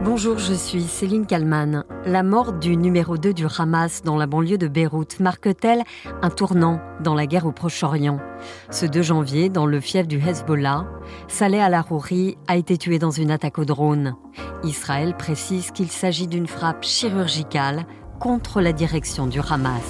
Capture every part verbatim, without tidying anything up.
Bonjour, je suis Céline Kallmann. La mort du numéro deux du Hamas dans la banlieue de Beyrouth marque-t-elle un tournant dans la guerre au Proche-Orient ? Ce deux janvier, dans le fief du Hezbollah, Saleh al-Arouri a été tué dans une attaque au drone. Israël précise qu'il s'agit d'une frappe chirurgicale contre la direction du Hamas.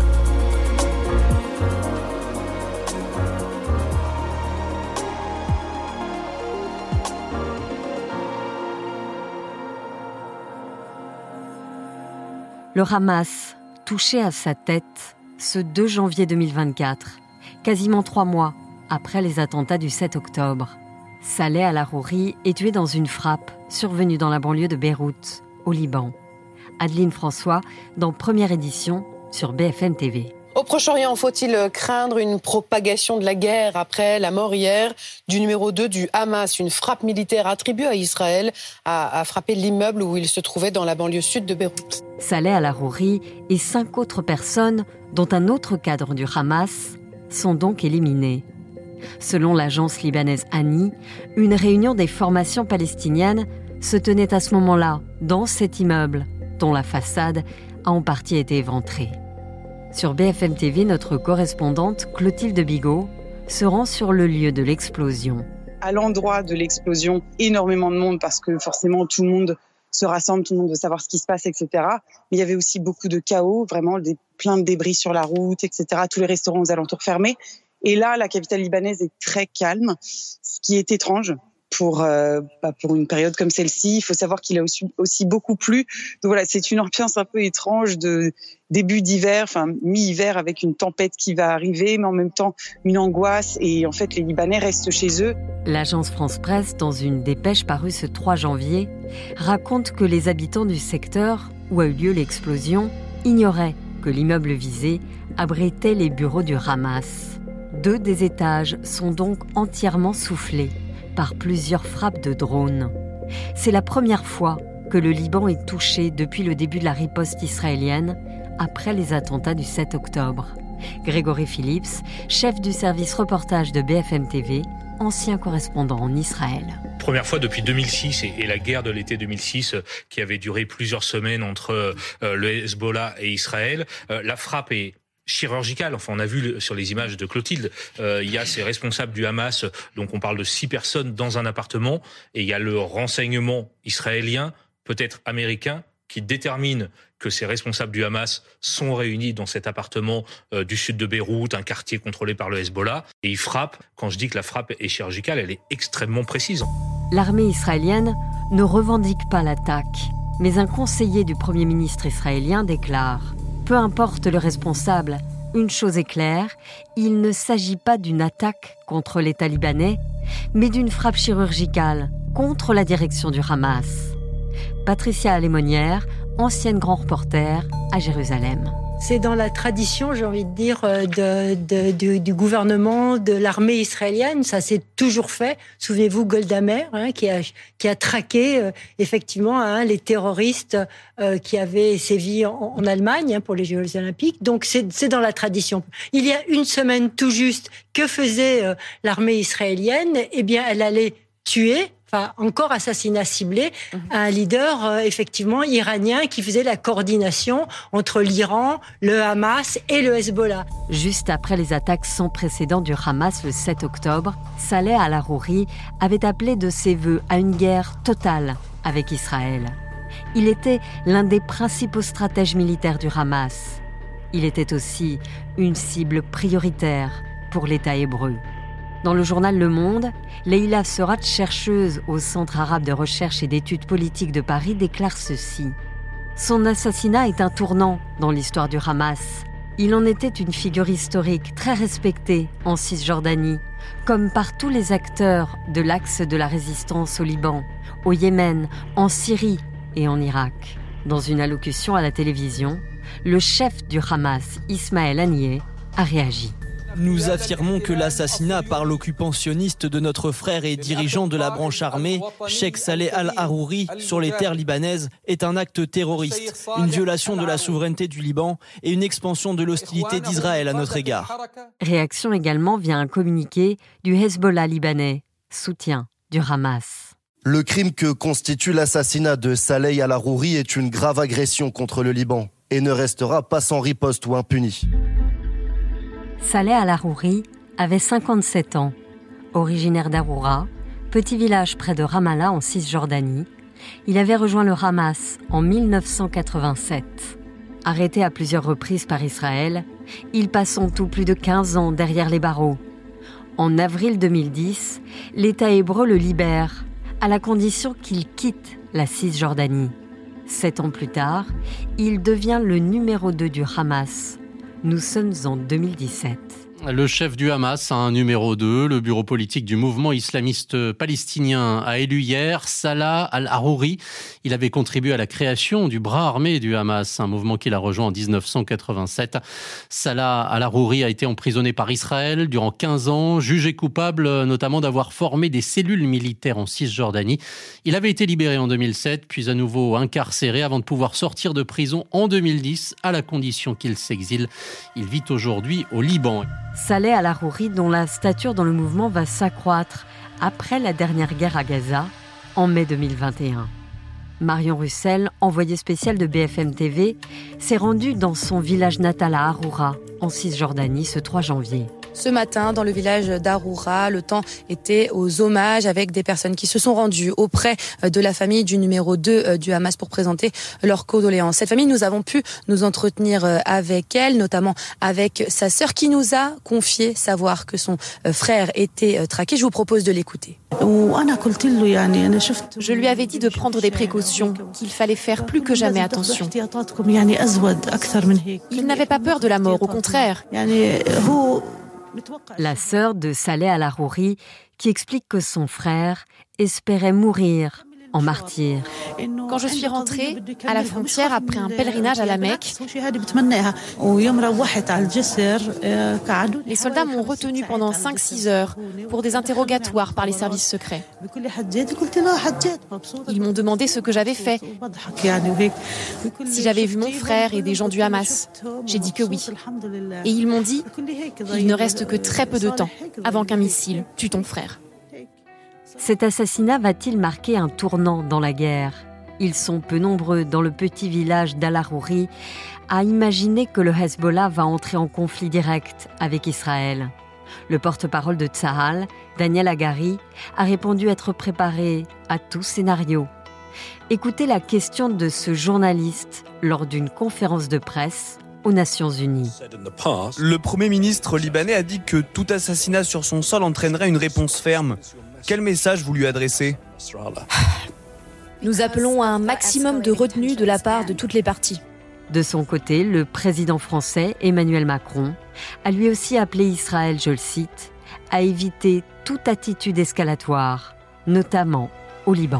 Le Hamas, touché à sa tête ce deux janvier deux mille vingt-quatre, quasiment trois mois après les attentats du sept octobre. Saleh al-Arouri est tué dans une frappe survenue dans la banlieue de Beyrouth, au Liban. Adeline François, dans Première Édition sur B F M T V. Au Proche-Orient, faut-il craindre une propagation de la guerre après la mort hier du numéro deux du Hamas? Une frappe militaire attribuée à Israël a, a frappé l'immeuble où il se trouvait dans la banlieue sud de Beyrouth. Saleh al-Arouri et cinq autres personnes, dont un autre cadre du Hamas, sont donc éliminés. Selon l'agence libanaise Ani, une réunion des formations palestiniennes se tenait à ce moment-là dans cet immeuble, dont la façade a en partie été éventrée. Sur B F M T V, notre correspondante Clotilde Bigot se rend sur le lieu de l'explosion. À l'endroit de l'explosion, énormément de monde parce que forcément tout le monde se rassemble, tout le monde veut savoir ce qui se passe, et cetera. Mais il y avait aussi beaucoup de chaos, vraiment des, plein de débris sur la route, et cetera. Tous les restaurants aux alentours fermés. Et là, la capitale libanaise est très calme, ce qui est étrange. Pour, euh, bah pour une période comme celle-ci, il faut savoir qu'il a aussi, aussi beaucoup plu. Donc voilà, c'est une ambiance un peu étrange de début d'hiver, enfin mi-hiver avec une tempête qui va arriver, mais en même temps une angoisse. Et en fait, les Libanais restent chez eux. L'agence France Presse, dans une dépêche parue ce trois janvier, raconte que les habitants du secteur où a eu lieu l'explosion ignoraient que l'immeuble visé abritait les bureaux du Hamas. Deux des étages sont donc entièrement soufflés par plusieurs frappes de drones. C'est la première fois que le Liban est touché depuis le début de la riposte israélienne après les attentats du sept octobre. Grégory Phillips, chef du service reportage de B F M T V, ancien correspondant en Israël. Première fois depuis deux mille six et, et la guerre de l'été deux mille six euh, qui avait duré plusieurs semaines entre euh, le Hezbollah et Israël. Euh, la frappe est chirurgicale. Enfin, on a vu sur les images de Clotilde, euh, il y a ces responsables du Hamas, donc on parle de six personnes dans un appartement, et il y a le renseignement israélien, peut-être américain, qui détermine que ces responsables du Hamas sont réunis dans cet appartement euh, du sud de Beyrouth, un quartier contrôlé par le Hezbollah, et ils frappent. Quand je dis que la frappe est chirurgicale, elle est extrêmement précise. L'armée israélienne ne revendique pas l'attaque, mais un conseiller du Premier ministre israélien déclare « Peu importe le responsable, une chose est claire, il ne s'agit pas d'une attaque contre l'État libanais, mais d'une frappe chirurgicale contre la direction du Hamas. » Patricia Alémonière, ancienne grand reporter à Jérusalem. C'est dans la tradition, j'ai envie de dire, de, de, de, du gouvernement, de l'armée israélienne. Ça s'est toujours fait. Souvenez-vous, Golda Meir, hein, qui a, qui a traqué, euh, effectivement, hein, les terroristes euh, qui avaient sévi en, en Allemagne, hein, pour les Jeux olympiques. Donc, c'est, c'est dans la tradition. Il y a une semaine tout juste, que faisait euh, l'armée israélienne? Eh bien, elle allait tuer, enfin encore assassinat ciblé, un leader euh, effectivement iranien qui faisait la coordination entre l'Iran, le Hamas et le Hezbollah. Juste après les attaques sans précédent du Hamas le sept octobre, Saleh al-Arouri avait appelé de ses vœux à une guerre totale avec Israël. Il était l'un des principaux stratèges militaires du Hamas. Il était aussi une cible prioritaire pour l'État hébreu. Dans le journal Le Monde, Leïla Serat, chercheuse au Centre arabe de recherche et d'études politiques de Paris, déclare ceci. Son assassinat est un tournant dans l'histoire du Hamas. Il en était une figure historique très respectée en Cisjordanie, comme par tous les acteurs de l'axe de la résistance au Liban, au Yémen, en Syrie et en Irak. Dans une allocution à la télévision, le chef du Hamas, Ismaël Haniyeh, a réagi. Nous affirmons que l'assassinat par l'occupant sioniste de notre frère et dirigeant de la branche armée, Cheikh Saleh al-Arouri, sur les terres libanaises, est un acte terroriste, une violation de la souveraineté du Liban et une expansion de l'hostilité d'Israël à notre égard. Réaction également via un communiqué du Hezbollah libanais, soutien du Hamas. Le crime que constitue l'assassinat de Saleh Al-Arouri est une grave agression contre le Liban et ne restera pas sans riposte ou impuni. Saleh Al-Arouri avait cinquante-sept ans, originaire d'Aroura, petit village près de Ramallah en Cisjordanie. Il avait rejoint le Hamas en mille neuf cent quatre-vingt-sept. Arrêté à plusieurs reprises par Israël, il passe en tout plus de quinze ans derrière les barreaux. En avril deux mille dix, l'État hébreu le libère, à la condition qu'il quitte la Cisjordanie. Sept ans plus tard, il devient le numéro deux du Hamas. Nous sommes en deux mille dix-sept. Le chef du Hamas a un numéro deux. Le bureau politique du mouvement islamiste palestinien a élu hier Salah Al-Arouri. Il avait contribué à la création du bras armé du Hamas, un mouvement qu'il a rejoint en dix-neuf cent quatre-vingt-sept. Salah Al-Arouri a été emprisonné par Israël durant quinze ans, jugé coupable notamment d'avoir formé des cellules militaires en Cisjordanie. Il avait été libéré en deux mille sept, puis à nouveau incarcéré avant de pouvoir sortir de prison en deux mille dix, à la condition qu'il s'exile. Il vit aujourd'hui au Liban. Saleh Al-Arouri, dont la stature dans le mouvement va s'accroître après la dernière guerre à Gaza, en mai deux mille vingt et un. Marion Russell, envoyée spéciale de B F M T V, s'est rendue dans son village natal à Aroura, en Cisjordanie, ce trois janvier. Ce matin, dans le village d'Aroura, le temps était aux hommages avec des personnes qui se sont rendues auprès de la famille du numéro deux du Hamas pour présenter leurs condoléances. Cette famille, nous avons pu nous entretenir avec elle, notamment avec sa sœur qui nous a confié savoir que son frère était traqué. Je vous propose de l'écouter. Je lui avais dit de prendre des précautions, qu'il fallait faire plus que jamais attention. Il n'avait pas peur de la mort, au contraire. La sœur de Saleh Al-Arouri qui explique que son frère espérait mourir en martyr. Quand je suis rentrée à la frontière après un pèlerinage à la Mecque, les soldats m'ont retenue pendant cinq six heures pour des interrogatoires par les services secrets. Ils m'ont demandé ce que j'avais fait, si j'avais vu mon frère et des gens du Hamas. J'ai dit que oui. Et ils m'ont dit qu'il ne reste que très peu de temps avant qu'un missile tue ton frère. Cet assassinat va-t-il marquer un tournant dans la guerre ? Ils sont peu nombreux dans le petit village d'Al-Arouri à imaginer que le Hezbollah va entrer en conflit direct avec Israël. Le porte-parole de Tsahal, Daniel Hagari, a répondu être préparé à tout scénario. Écoutez la question de ce journaliste lors d'une conférence de presse aux Nations Unies. Le Premier ministre libanais a dit que tout assassinat sur son sol entraînerait une réponse ferme. Quel message vous lui adressez ? Nous appelons à un maximum de retenue de la part de toutes les parties. De son côté, le président français Emmanuel Macron a lui aussi appelé Israël, je le cite, à éviter toute attitude escalatoire, notamment au Liban.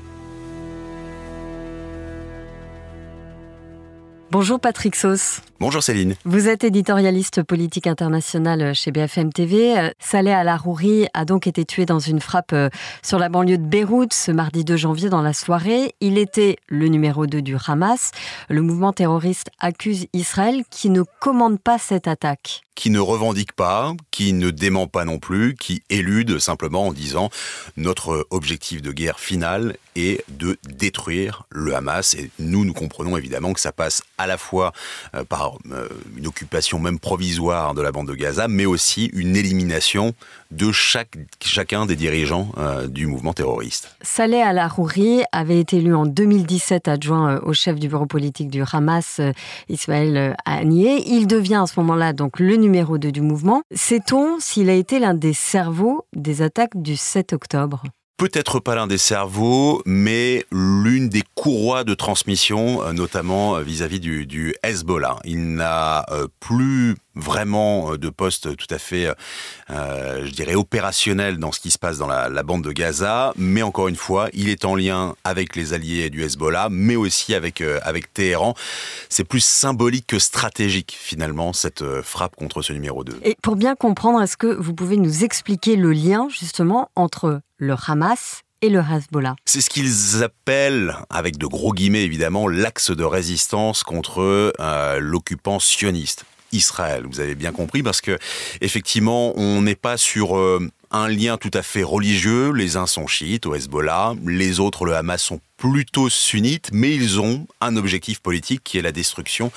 Bonjour Patrick Sauce. Bonjour Céline. Vous êtes éditorialiste politique international chez B F M T V. Saleh Al-Arouri a donc été tué dans une frappe sur la banlieue de Beyrouth ce mardi deux janvier dans la soirée. Il était le numéro deux du Hamas. Le mouvement terroriste accuse Israël qui ne commande pas cette attaque. Qui ne revendique pas, qui ne dément pas non plus, qui élude simplement en disant notre objectif de guerre final est de détruire le Hamas. Et nous, nous comprenons évidemment que ça passe à la fois euh, par euh, une occupation même provisoire de la bande de Gaza, mais aussi une élimination de chaque, chacun des dirigeants euh, du mouvement terroriste. Saleh Al-Arouri avait été élu en deux mille dix-sept adjoint au chef du bureau politique du Hamas, Ismaël Haniyeh. Il devient à ce moment-là donc le numéro deux du mouvement. Sait-on s'il a été l'un des cerveaux des attaques du sept octobre ? Peut-être pas l'un des cerveaux, mais l'une des courroies de transmission, notamment vis-à-vis du, du Hezbollah. Il n'a euh, plus vraiment de poste tout à fait, euh, je dirais, opérationnel dans ce qui se passe dans la, la bande de Gaza. Mais encore une fois, il est en lien avec les alliés du Hezbollah, mais aussi avec, euh, avec Téhéran. C'est plus symbolique que stratégique, finalement, cette euh, frappe contre ce numéro deux. Et pour bien comprendre, est-ce que vous pouvez nous expliquer le lien, justement, entre le Hamas et le Hezbollah? C'est ce qu'ils appellent, avec de gros guillemets évidemment, l'axe de résistance contre euh, l'occupant sioniste. Israël, vous avez bien compris, parce que effectivement, on n'est pas sur euh, un lien tout à fait religieux. Les uns sont chiites au Hezbollah, les autres, le Hamas, sont plutôt sunnites, mais ils ont un objectif politique qui est la destruction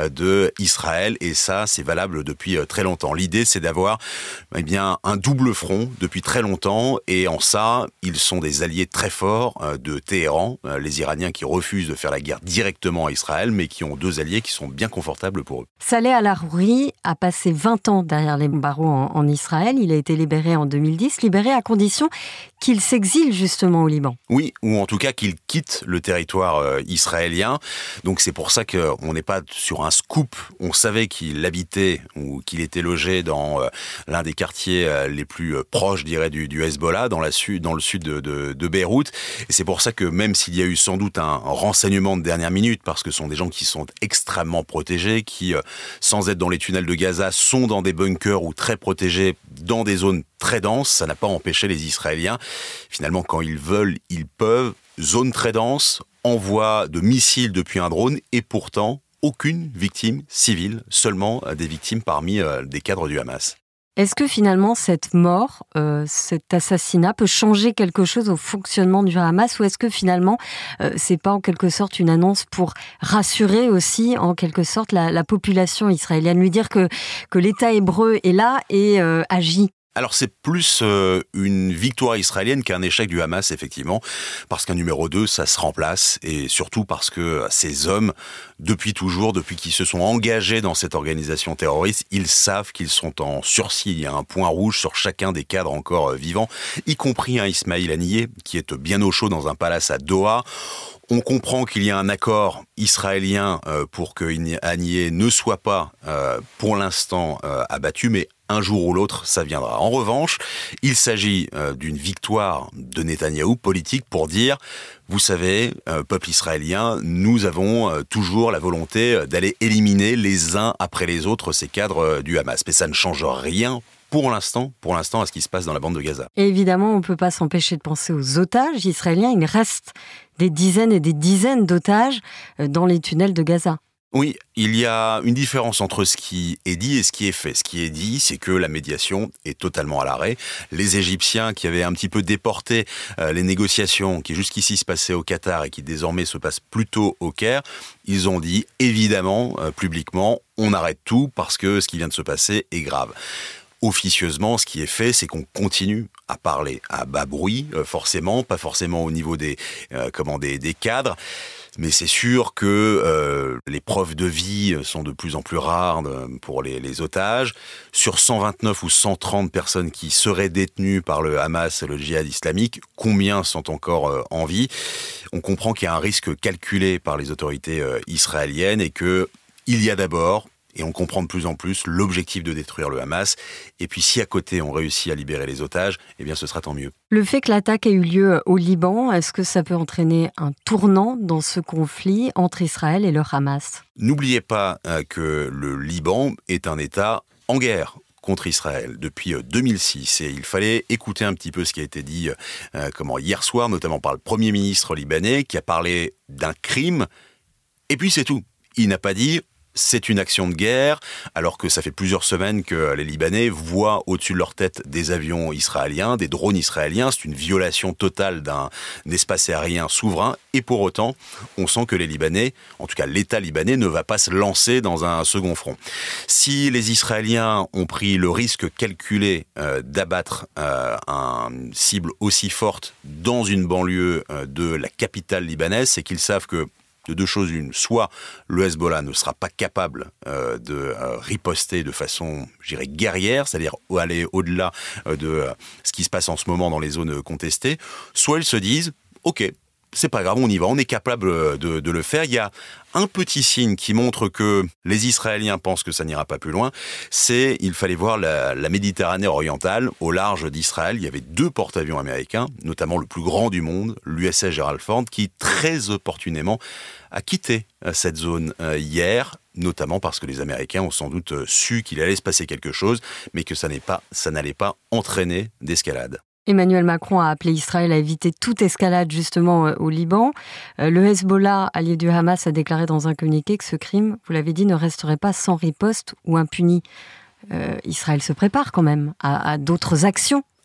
de Israël, et ça, c'est valable depuis très longtemps. L'idée, c'est d'avoir eh bien un double front depuis très longtemps, et en ça, ils sont des alliés très forts de Téhéran, les Iraniens qui refusent de faire la guerre directement à Israël, mais qui ont deux alliés qui sont bien confortables pour eux. Saleh al-Aruri a passé vingt ans derrière les barreaux en, en Israël. Il a été libéré en deux mille dix, libéré à condition qu'il s'exile justement au Liban. Oui, ou en tout cas qu'il quitte le territoire euh, israélien. Donc c'est pour ça qu'on n'est pas sur un scoop. On savait qu'il habitait ou qu'il était logé dans euh, l'un des quartiers euh, les plus euh, proches, je dirais, du, du Hezbollah, dans, la su- dans le sud de, de, de Beyrouth. Et c'est pour ça que même s'il y a eu sans doute un, un renseignement de dernière minute, parce que ce sont des gens qui sont extrêmement protégés, qui, euh, sans être dans les tunnels de Gaza, sont dans des bunkers ou très protégés dans des zones très denses, ça n'a pas empêché les Israéliens. Finalement, quand ils veulent, ils peuvent. Zone très dense, envoi de missiles depuis un drone, et pourtant, aucune victime civile, seulement des victimes parmi euh, des cadres du Hamas. Est-ce que finalement cette mort, euh, cet assassinat peut changer quelque chose au fonctionnement du Hamas, ou est-ce que finalement euh, c'est pas en quelque sorte une annonce pour rassurer aussi en quelque sorte la, la population israélienne, lui dire que, que l'État hébreu est là et euh, agit? Alors c'est plus euh, une victoire israélienne qu'un échec du Hamas, effectivement, parce qu'un numéro deux, ça se remplace, et surtout parce que ces hommes, depuis toujours, depuis qu'ils se sont engagés dans cette organisation terroriste, ils savent qu'ils sont en sursis. Il y a un point rouge sur chacun des cadres encore vivants, y compris un Ismail Haniyeh, qui est bien au chaud dans un palace à Doha. On comprend qu'il y a un accord israélien euh, pour que Haniyeh ne soit pas, euh, pour l'instant, euh, abattu, mais un jour ou l'autre, ça viendra. En revanche, il s'agit euh, d'une victoire de Netanyahou politique pour dire, vous savez, euh, peuple israélien, nous avons euh, toujours la volonté d'aller éliminer les uns après les autres ces cadres euh, du Hamas. Mais ça ne change rien pour l'instant, pour l'instant à ce qui se passe dans la bande de Gaza. Et évidemment, on ne peut pas s'empêcher de penser aux otages israéliens. Il reste des dizaines et des dizaines d'otages dans les tunnels de Gaza. Oui, il y a une différence entre ce qui est dit et ce qui est fait. Ce qui est dit, c'est que la médiation est totalement à l'arrêt. Les Égyptiens qui avaient un petit peu déporté euh, les négociations qui jusqu'ici se passaient au Qatar et qui désormais se passent plutôt au Caire, ils ont dit évidemment, euh, publiquement, on arrête tout parce que ce qui vient de se passer est grave. Officieusement, ce qui est fait, c'est qu'on continue à parler à bas bruit, euh, forcément, pas forcément au niveau des, euh, comment, des, des cadres. Mais c'est sûr que euh, les preuves de vie sont de plus en plus rares pour les, les otages. Sur cent vingt-neuf ou cent trente personnes qui seraient détenues par le Hamas et le djihad islamique, combien sont encore euh, en vie? On comprend qu'il y a un risque calculé par les autorités euh, israéliennes et qu'il y a d'abord, et on comprend de plus en plus, l'objectif de détruire le Hamas. Et puis si à côté on réussit à libérer les otages, eh bien ce sera tant mieux. Le fait que l'attaque ait eu lieu au Liban, est-ce que ça peut entraîner un tournant dans ce conflit entre Israël et le Hamas? N'oubliez pas euh, que le Liban est un État en guerre contre Israël depuis deux mille six. Et il fallait écouter un petit peu ce qui a été dit euh, comment, hier soir, notamment par le Premier ministre libanais, qui a parlé d'un crime. Et puis c'est tout. Il n'a pas dit c'est une action de guerre, alors que ça fait plusieurs semaines que les Libanais voient au-dessus de leur tête des avions israéliens, des drones israéliens. C'est une violation totale d'un espace aérien souverain. Et pour autant, on sent que les Libanais, en tout cas l'État libanais, ne va pas se lancer dans un second front. Si les Israéliens ont pris le risque calculé euh, d'abattre euh, une cible aussi forte dans une banlieue euh, de la capitale libanaise, c'est qu'ils savent que de deux choses une, soit le Hezbollah ne sera pas capable euh, de euh, riposter de façon, je dirais, guerrière, c'est-à-dire aller au-delà euh, de euh, ce qui se passe en ce moment dans les zones contestées, soit ils se disent, ok, c'est pas grave, on y va, on est capable de, de le faire. Il y a un petit signe qui montre que les Israéliens pensent que ça n'ira pas plus loin, c'est il fallait voir la, la Méditerranée orientale, au large d'Israël. Il y avait deux porte-avions américains, notamment le plus grand du monde, l'U S S Gerald Ford, qui très opportunément a quitté cette zone hier, notamment parce que les Américains ont sans doute su qu'il allait se passer quelque chose, mais que ça, n'est pas, ça n'allait pas entraîner d'escalade. Emmanuel Macron a appelé Israël à éviter toute escalade justement au Liban. Le Hezbollah, allié du Hamas, a déclaré dans un communiqué que ce crime, vous l'avez dit, ne resterait pas sans riposte ou impuni. Euh, Israël se prépare quand même à, à d'autres actions.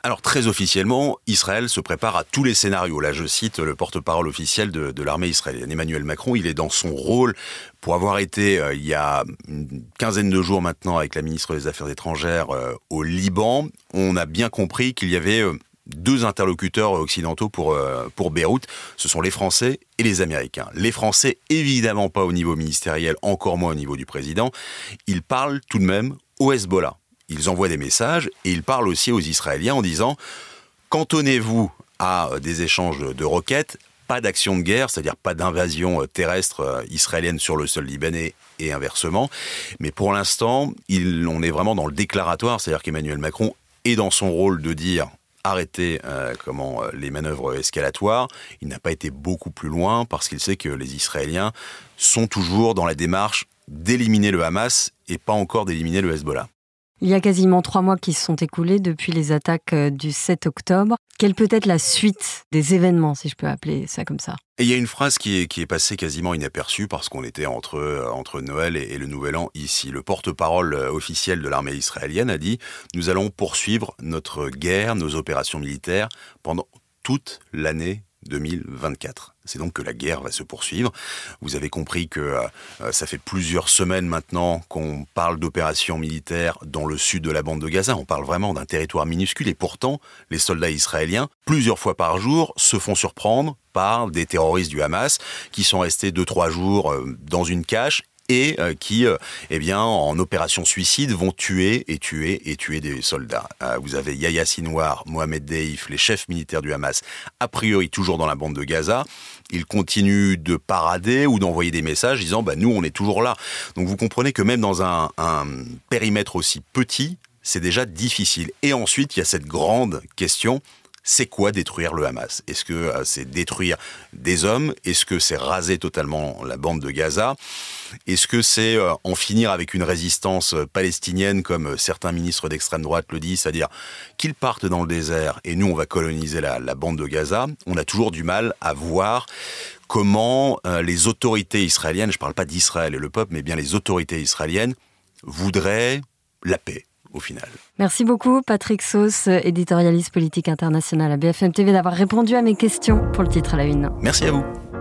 Alors très officiellement, Israël se prépare à tous les scénarios. Là, je cite le porte-parole officiel de, de l'armée israélienne, Emmanuel Macron. Il est dans son rôle pour avoir été, euh, il y a une quinzaine de jours maintenant, avec la ministre des Affaires étrangères euh, au Liban. On a bien compris qu'il y avait euh, deux interlocuteurs occidentaux pour, euh, pour Beyrouth. Ce sont les Français et les Américains. Les Français, évidemment pas au niveau ministériel, encore moins au niveau du président. Ils parlent tout de même au Hezbollah. Ils envoient des messages et ils parlent aussi aux Israéliens en disant « Cantonnez-vous à des échanges de roquettes, pas d'action de guerre, c'est-à-dire pas d'invasion terrestre israélienne sur le sol libanais et inversement. Mais pour l'instant, il, on est vraiment dans le déclaratoire, c'est-à-dire qu'Emmanuel Macron est dans son rôle de dire « Arrêtez euh, comment, euh, les manœuvres escalatoires ». Il n'a pas été beaucoup plus loin parce qu'il sait que les Israéliens sont toujours dans la démarche d'éliminer le Hamas et pas encore d'éliminer le Hezbollah. Il y a quasiment trois mois qui se sont écoulés depuis les attaques du sept octobre. Quelle peut être la suite des événements, si je peux appeler ça comme ça ? Et il y a une phrase qui est, qui est passée quasiment inaperçue parce qu'on était entre, entre Noël et, et le Nouvel An ici. Le porte-parole officiel de l'armée israélienne a dit « Nous allons poursuivre notre guerre, nos opérations militaires pendant toute l'année deux mille vingt-quatre. C'est donc que la guerre va se poursuivre. Vous avez compris que euh, ça fait plusieurs semaines maintenant qu'on parle d'opérations militaires dans le sud de la bande de Gaza. On parle vraiment d'un territoire minuscule et pourtant, les soldats israéliens, plusieurs fois par jour, se font surprendre par des terroristes du Hamas qui sont restés deux trois jours euh, dans une cache et euh, qui, euh, eh bien, en opération suicide, vont tuer et tuer et tuer des soldats. Euh, vous avez Yahya Sinwar, Mohamed Deif, les chefs militaires du Hamas, a priori toujours dans la bande de Gaza. Ils continuent de parader ou d'envoyer des messages disant bah, « nous, on est toujours là ». Donc vous comprenez que même dans un, un périmètre aussi petit, c'est déjà difficile. Et ensuite, il y a cette grande question. C'est quoi détruire le Hamas ? Est-ce que euh, c'est détruire des hommes ? Est-ce que c'est raser totalement la bande de Gaza ? Est-ce que c'est euh, en finir avec une résistance palestinienne comme euh, certains ministres d'extrême droite le disent, c'est-à-dire qu'ils partent dans le désert et nous on va coloniser la, la bande de Gaza ? On a toujours du mal à voir comment euh, les autorités israéliennes, je ne parle pas d'Israël et le peuple, mais bien les autorités israéliennes voudraient la paix. Au final. Merci beaucoup Patrick Sauce, éditorialiste politique international à B F M T V, d'avoir répondu à mes questions pour le titre à la une. Merci à vous.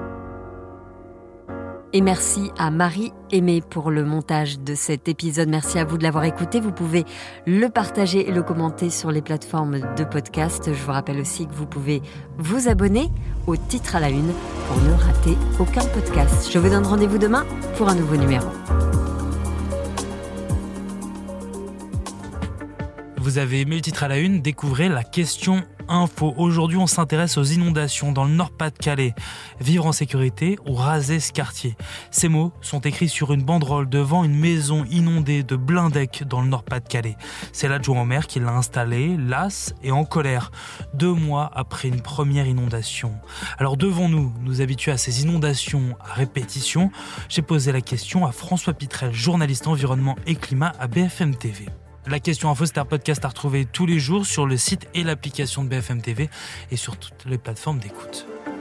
Et merci à Marie-Aimée pour le montage de cet épisode. Merci à vous de l'avoir écouté. Vous pouvez le partager et le commenter sur les plateformes de podcast. Je vous rappelle aussi que vous pouvez vous abonner au titre à la une pour ne rater aucun podcast. Je vous donne rendez-vous demain pour un nouveau numéro. Vous avez aimé le titre à la une, découvrez la question info. Aujourd'hui, on s'intéresse aux inondations dans le Nord-Pas-de-Calais. Vivre en sécurité ou raser ce quartier. Ces mots sont écrits sur une banderole devant une maison inondée de Blindec dans le Nord-Pas-de-Calais. C'est l'adjoint au maire qui l'a installée, las et en colère, deux mois après une première inondation. Alors devons-nous nous habituer à ces inondations à répétition ? J'ai posé la question à François Pitrel, journaliste environnement et climat à B F M T V. La question info, c'est un podcast à retrouver tous les jours sur le site et l'application de B F M T V et sur toutes les plateformes d'écoute.